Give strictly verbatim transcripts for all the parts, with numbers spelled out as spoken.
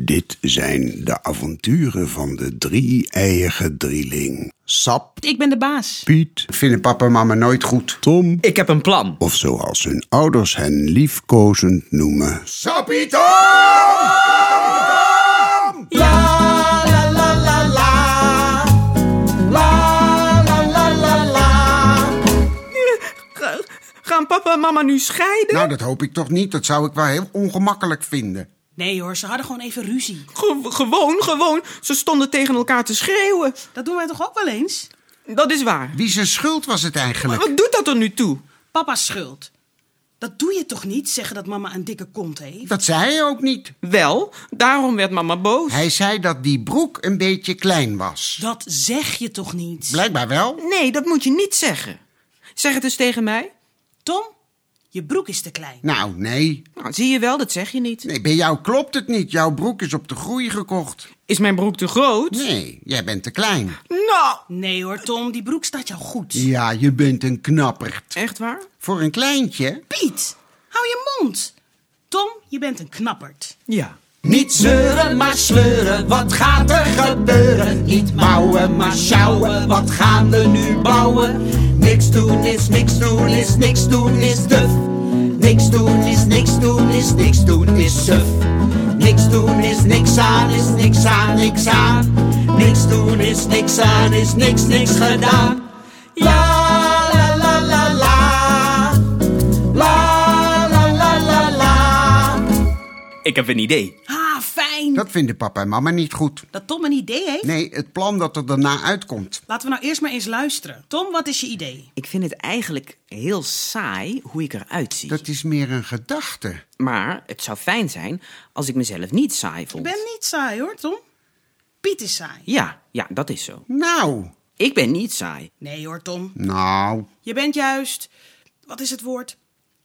Dit zijn de avonturen van de drie-eiige drieling. Sap. Ik ben de baas. Piet. Vinden papa en mama nooit goed. Tom. Ik heb een plan. Of zoals hun ouders hen liefkozend noemen. Sappie Tom! La la la la la. La la la la la. Ga- Gaan papa en mama nu scheiden? Nou, dat hoop ik toch niet. Dat zou ik wel heel ongemakkelijk vinden. Nee hoor, ze hadden gewoon even ruzie. Ge- gewoon, gewoon. Ze stonden tegen elkaar te schreeuwen. Dat doen wij toch ook wel eens? Dat is waar. Wie zijn schuld was het eigenlijk? Wat doet dat er nu toe? Papa's schuld. Dat doe je toch niet, zeggen dat mama een dikke kont heeft? Dat zei hij ook niet. Wel, daarom werd mama boos. Hij zei dat die broek een beetje klein was. Dat zeg je toch niet? Blijkbaar wel. Nee, dat moet je niet zeggen. Zeg het eens tegen mij. Tom, je broek is te klein. Nou, nee. Nou, zie je wel, dat zeg je niet. Nee, bij jou klopt het niet. Jouw broek is op de groei gekocht. Is mijn broek te groot? Nee, jij bent te klein. Nou, Nee hoor, Tom, die broek staat jou goed. Ja, je bent een knapperd. echt waar? Voor een kleintje? Piet, hou je mond. Tom, je bent een knapperd. Ja. Niet zeuren, maar sleuren, wat gaat er gebeuren? Niet mouwen, maar sjouwen, wat gaan we nu bouwen? Niks doen is niks doen is niks doen is duf. Niks doen is niks doen is niks doen is suf. Niks doen is niks aan is niks aan niks aan. Niks doen is niks aan is niks niks gedaan. La la la la la. La la la la la. Ik heb een idee. Ah, fijn. Dat vinden papa en mama niet goed. Dat Tom een idee heeft? Nee, het plan dat er daarna uitkomt. Laten we nou eerst maar eens luisteren. Tom, wat is je idee? Ik vind het eigenlijk heel saai hoe ik eruit zie. Dat is meer een gedachte. Maar het zou fijn zijn als ik mezelf niet saai Ik vond. ben niet saai hoor, Tom. Piet is saai. Ja, ja, dat is zo. Nou, Ik ben niet saai. Nee hoor, Tom. nou. Je bent juist... Wat is het woord?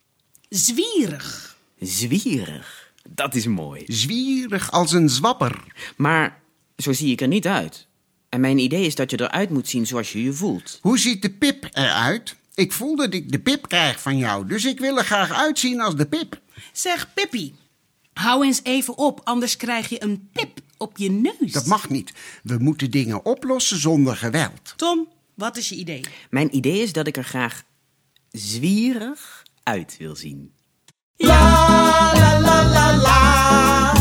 Zwierig. Zwierig. Dat is mooi. Zwierig als een zwapper. Maar zo zie ik er niet uit. En mijn idee is dat je eruit moet zien zoals je je voelt. Hoe ziet de pip eruit? Ik voel dat ik de pip krijg van jou, dus ik wil er graag uitzien als de pip. Zeg, Pippi, hou eens even op, anders krijg je een pip op je neus. Dat mag niet. We moeten dingen oplossen zonder geweld. Tom, wat is je idee? Mijn idee is dat ik er graag zwierig uit wil zien. La la la la la.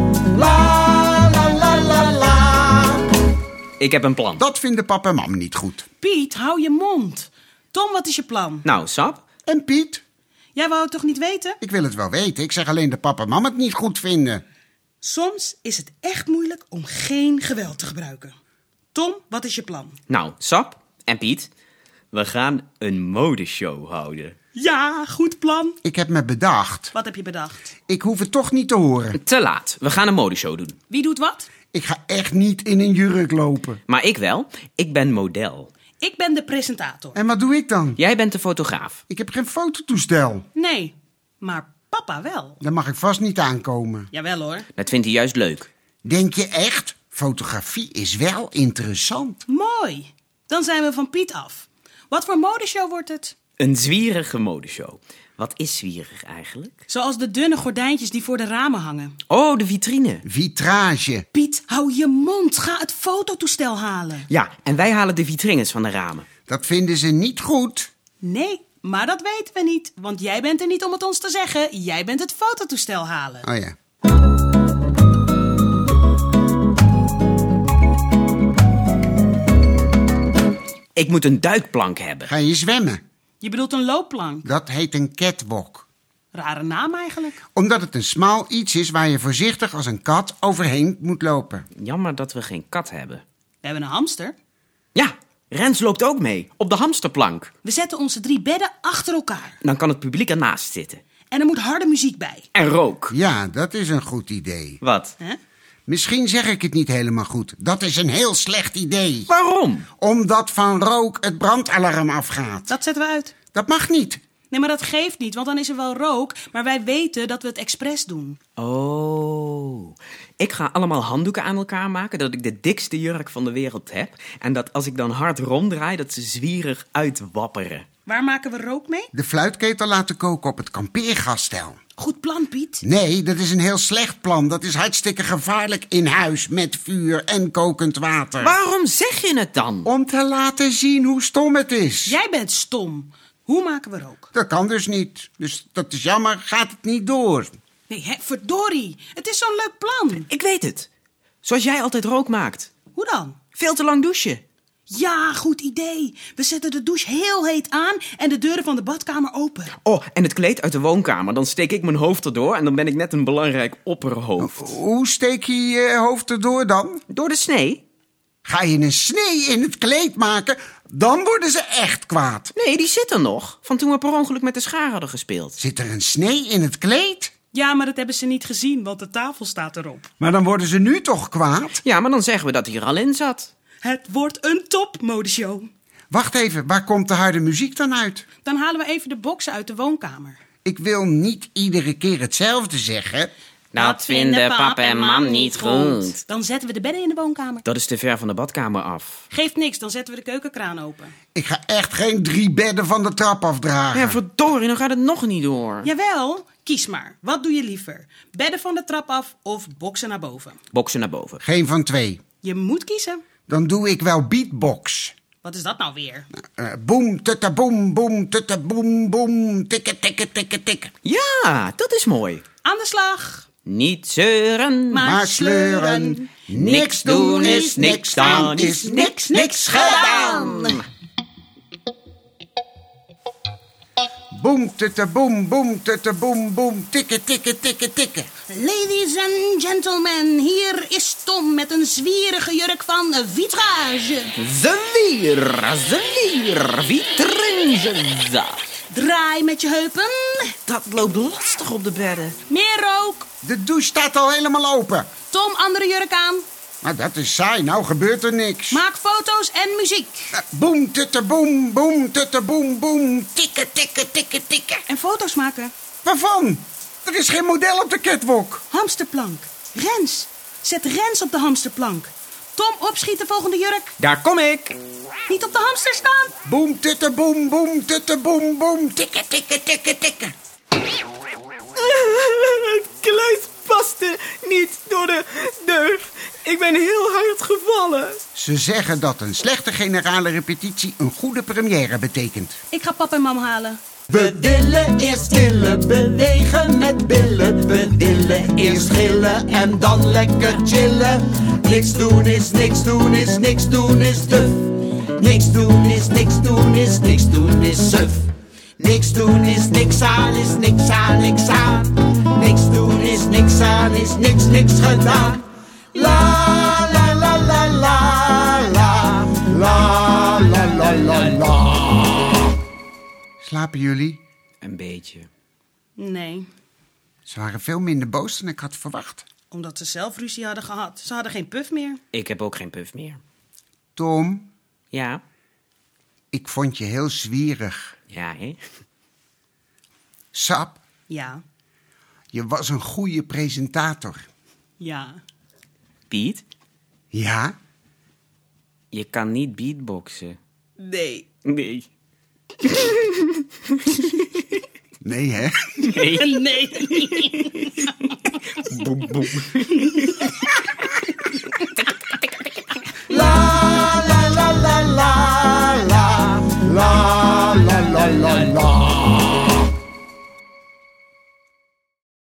La la la la la. Ik heb een plan. Dat vinden papa en mam niet goed. Piet, hou je mond. Tom, wat is je plan? Nou, Sap, En Piet? Jij wou het toch niet weten? Ik wil het wel weten. Ik zeg alleen dat papa en mam het niet goed vinden. Soms is het echt moeilijk om geen geweld te gebruiken. Tom, wat is je plan? nou, Sap en Piet, we gaan een modeshow houden. Ja, goed plan. Ik heb me bedacht. Wat heb je bedacht? Ik hoef het toch niet te horen. Te laat. We gaan een modeshow doen. Wie doet wat? Ik ga echt niet in een jurk lopen. Maar ik wel. Ik ben model. Ik ben de presentator. En wat doe ik dan? Jij bent de fotograaf. Ik heb geen fototoestel. Nee, maar papa wel. Daar mag ik vast niet aankomen. Jawel hoor. Dat vindt hij juist leuk. Denk je echt? Fotografie is wel interessant. Mooi. Dan zijn we van Piet af. Wat voor modeshow wordt het? Een zwierige modeshow. Wat is zwierig eigenlijk? Zoals de dunne gordijntjes die voor de ramen hangen. Oh, de vitrine. Vitrage. Piet, hou je mond. Ga het fototoestel halen. Ja, en wij halen de vitrines van de ramen. Dat vinden ze niet goed. Nee, maar dat weten we niet. Want jij bent er niet om het ons te zeggen. Jij bent het fototoestel halen. Oh ja. Ik moet een duikplank hebben. Ga je zwemmen? Je bedoelt een loopplank. Dat heet een catwalk. Rare naam eigenlijk. Omdat het een smal iets is waar je voorzichtig als een kat overheen moet lopen. Jammer dat we geen kat hebben. We hebben een hamster. Ja, Rens loopt ook mee. Op de hamsterplank. We zetten onze drie bedden achter elkaar. Dan kan het publiek ernaast zitten. En er moet harde muziek bij. En rook. Ja, dat is een goed idee. Wat? Hè? Misschien zeg ik het niet helemaal goed. Dat is een heel slecht idee. Waarom? Omdat van rook het brandalarm afgaat. Dat zetten we uit. Dat mag niet. Nee, maar dat geeft niet, want dan is er wel rook. Maar wij weten dat we het expres doen. Oh. Ik ga allemaal handdoeken aan elkaar maken, dat ik de dikste jurk van de wereld heb. En dat als ik dan hard ronddraai, dat ze zwierig uitwapperen. Waar maken we rook mee? De fluitketel laten koken op het kampeergasstel. Goed plan, Piet. Nee, dat is een heel slecht plan. Dat is hartstikke gevaarlijk in huis met vuur en kokend water. Waarom zeg je het dan? Om te laten zien hoe stom het is. Jij bent stom. Hoe maken we rook? Dat kan dus niet. Dus dat is jammer, gaat het niet door. Nee, hè, verdorie. Het is zo'n leuk plan. Ik weet het. Zoals jij altijd rook maakt. Hoe dan? Veel te lang douchen. Ja, goed idee. We zetten de douche heel heet aan en de deuren van de badkamer open. Oh, en het kleed uit de woonkamer. Dan steek ik mijn hoofd erdoor en dan ben ik net een belangrijk opperhoofd. Hoe steek je je hoofd erdoor dan? Door de snee? Ga je een snee in het kleed maken, dan worden ze echt kwaad. Nee, die zit er nog. Van toen we per ongeluk met de schaar hadden gespeeld. Zit er een snee in het kleed? Ja, maar dat hebben ze niet gezien, want de tafel staat erop. Maar dan worden ze nu toch kwaad? Ja, maar dan zeggen we dat hij er al in zat. Het wordt een topmodeshow. Wacht even, waar komt de harde muziek dan uit? Dan halen we even de boksen uit de woonkamer. Ik wil niet iedere keer hetzelfde zeggen. Dat vinden pap en mam niet goed. Dan zetten we de bedden in de woonkamer. Dat is te ver van de badkamer af. Geeft niks, dan zetten we de keukenkraan open. Ik ga echt geen drie bedden van de trap afdragen. Ja, verdorie, dan gaat het nog niet door. Jawel, kies maar. Wat doe je liever? Bedden van de trap af of boksen naar boven? Boksen naar boven. Geen van twee. Je moet kiezen. Dan doe ik wel beatbox. Wat is dat nou weer? Uh, boem, tutta, boem, boem, tutta, boem, boem, tikke, tikke, tikke, tikke. Ja, dat is mooi. Aan de slag. Niet zeuren, Maar Maar sleuren, niks doen is niks, dan is niks, niks gedaan. Boem, tutta, boem, boem, tutta, boem, boem, tikke, tikke, tikke, tikke. Ladies and gentlemen, hier is Tom met een zwierige jurk van vitrage. Zwier, zwier, vitringes. Draai met je heupen. Dat loopt lastig op de bedden. Meer rook. De douche staat al helemaal open. Tom, andere jurk aan. Maar dat is saai, nou gebeurt er niks. Maak foto's en muziek. Uh, boem, tutta, boem, boem, tutta, boem, boem, tikke, tikke, tikke, tikke. En foto's maken. Waarvan? Er is geen model op de catwalk. Hamsterplank. Rens. Zet Rens op de hamsterplank. Tom, opschieten, volgende jurk. Daar kom ik. Niet op de hamster staan. Boem, tutte, boem, boem, tutte, boem, boem, tikke, tikke, tikke, tikke. Het kleed paste niet door de deur. Ik ben heel hard gevallen. Ze zeggen dat een slechte generale repetitie een goede première betekent. Ik ga pap en mam halen. We willen eerst chillen, bewegen met billen. We willen eerst gillen en dan lekker chillen. Niks doen is niks doen is niks doen is duf. Niks doen is niks doen is niks doen is suf. Niks doen is niks aan is niks aan niks aan. Niks doen is niks aan is niks niks gedaan. La la la la la la la la la la la. Slapen jullie? Een beetje. Nee, Ze waren veel minder boos dan ik had verwacht. omdat ze zelf ruzie hadden gehad. Ze hadden geen puff meer. Ik heb ook geen puff meer. Tom, Ja? ik vond je heel zwierig. Ja, hè? Sap, Ja, je was een goede presentator. ja. Piet, Ja? je kan niet beatboxen. Nee. Nee. Nee, hè? Nee. Nee. Boem, boem.